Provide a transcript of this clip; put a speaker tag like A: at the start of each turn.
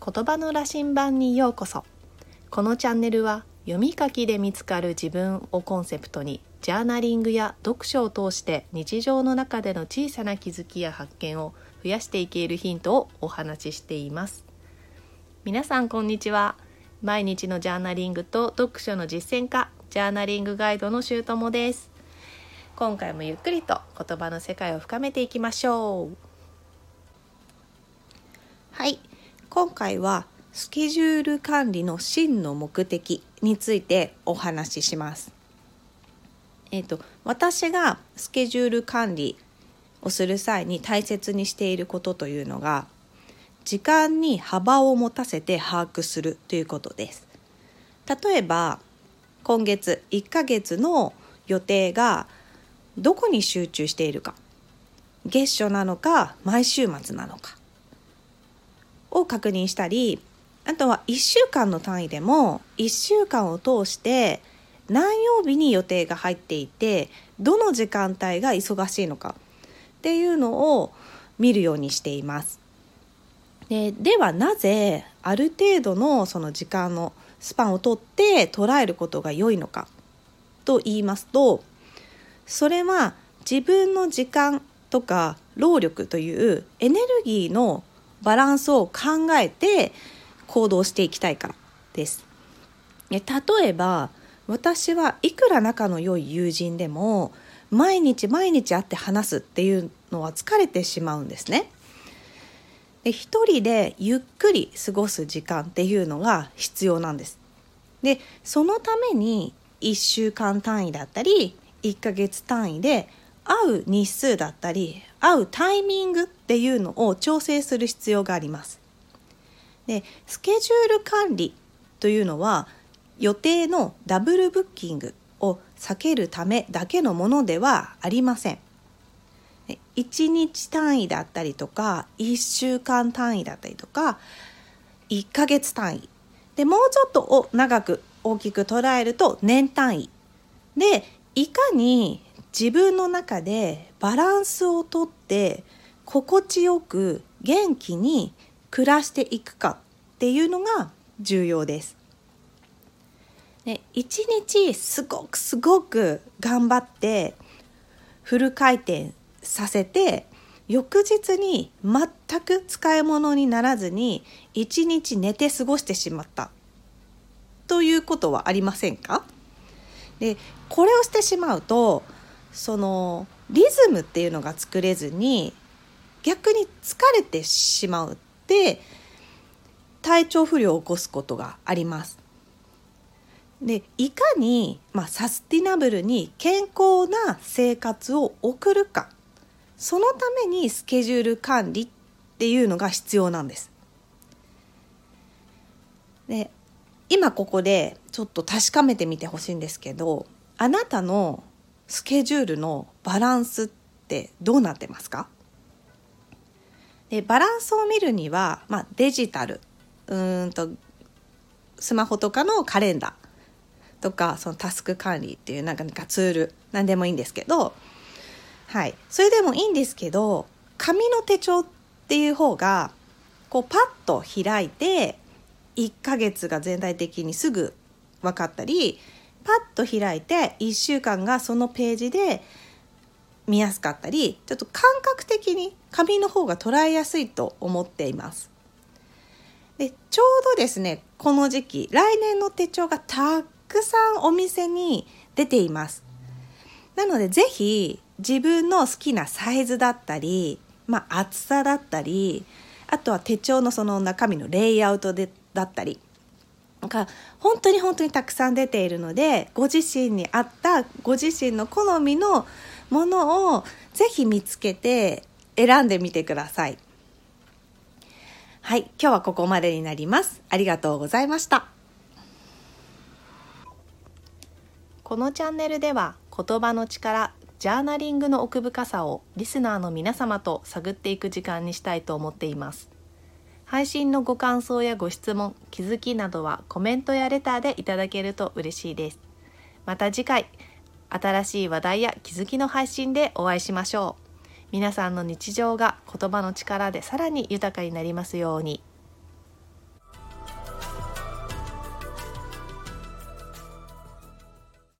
A: 言葉の羅針盤にようこそ。このチャンネルは読み書きで見つかる自分をコンセプトに、ジャーナリングや読書を通して日常の中での小さな気づきや発見を増やしていけるヒントをお話ししています。皆さんこんにちは。毎日のジャーナリングと読書の実践家、ジャーナリングガイドのしゅうともです。今回もゆっくりと言葉の世界を深めていきましょう。はい、今回はスケジュール管理の真の目的についてお話しします。私がスケジュール管理をする際に大切にしていることというのが、時間に幅を持たせて把握するということです。例えば今月1ヶ月の予定がどこに集中しているか、月初なのか毎週末なのかを確認したり、あとは1週間の単位でも1週間を通して何曜日に予定が入っていて、どの時間帯が忙しいのかっていうのを見るようにしています。ではなぜある程度のその時間のスパンをとって捉えることが良いのかと言いますと、それは自分の時間とか労力というエネルギーのバランスを考えて行動していきたいからです。例えば私はいくら仲の良い友人でも毎日会って話すっていうのは疲れてしまうんですね。一人でゆっくり過ごす時間っていうのが必要なんです。でそのために1週間単位だったり1ヶ月単位で会う日数だったり会うタイミングっていうのを調整する必要があります。でスケジュール管理というのは予定のダブルブッキングを避けるためだけのものではありません。1日単位だったりとか1週間単位だったりとか1ヶ月単位で、もうちょっと長く大きく捉えると年単位で、いかに自分の中でバランスをとって心地よく元気に暮らしていくかっていうのが重要です。で一日すごく頑張ってフル回転させて、翌日に全く使い物にならずに一日寝て過ごしてしまったということはありませんか？でこれをしてしまうと、そのリズムっていうのが作れずに逆に疲れてしまうって体調不良を起こすことがあります。でいかに、サスティナブルに健康な生活を送るか、そのためにスケジュール管理っていうのが必要なんです。で今ここでちょっと確かめてみてほしいんですけど、あなたのスケジュールのバランスってどうなってますか？でバランスを見るには、デジタルスマホとかのカレンダーとか、そのタスク管理っていうなんかツール何でもいいんですけど、それでもいいんですけど、紙の手帳っていう方がパッと開いて1ヶ月が全体的にすぐ分かったり、パッと開いて1週間がそのページで見やすかったり、ちょっと感覚的に紙の方が捉えやすいと思っています。でちょうどですね、この時期来年の手帳がたくさんお店に出ています。なのでぜひ自分の好きなサイズだったり、厚さだったり、あとは手帳のその中身のレイアウトだったり、本当にたくさん出ているので、ご自身に合ったご自身の好みのものをぜひ見つけて選んでみてください。今日はここまでになります。ありがとうございました。このチャンネルでは言葉の力、ジャーナリングの奥深さをリスナーの皆様と探っていく時間にしたいと思っています。配信のご感想やご質問、気づきなどはコメントやレターでいただけると嬉しいです。また次回、新しい話題や気づきの配信でお会いしましょう。皆さんの日常が言葉の力でさらに豊かになりますように。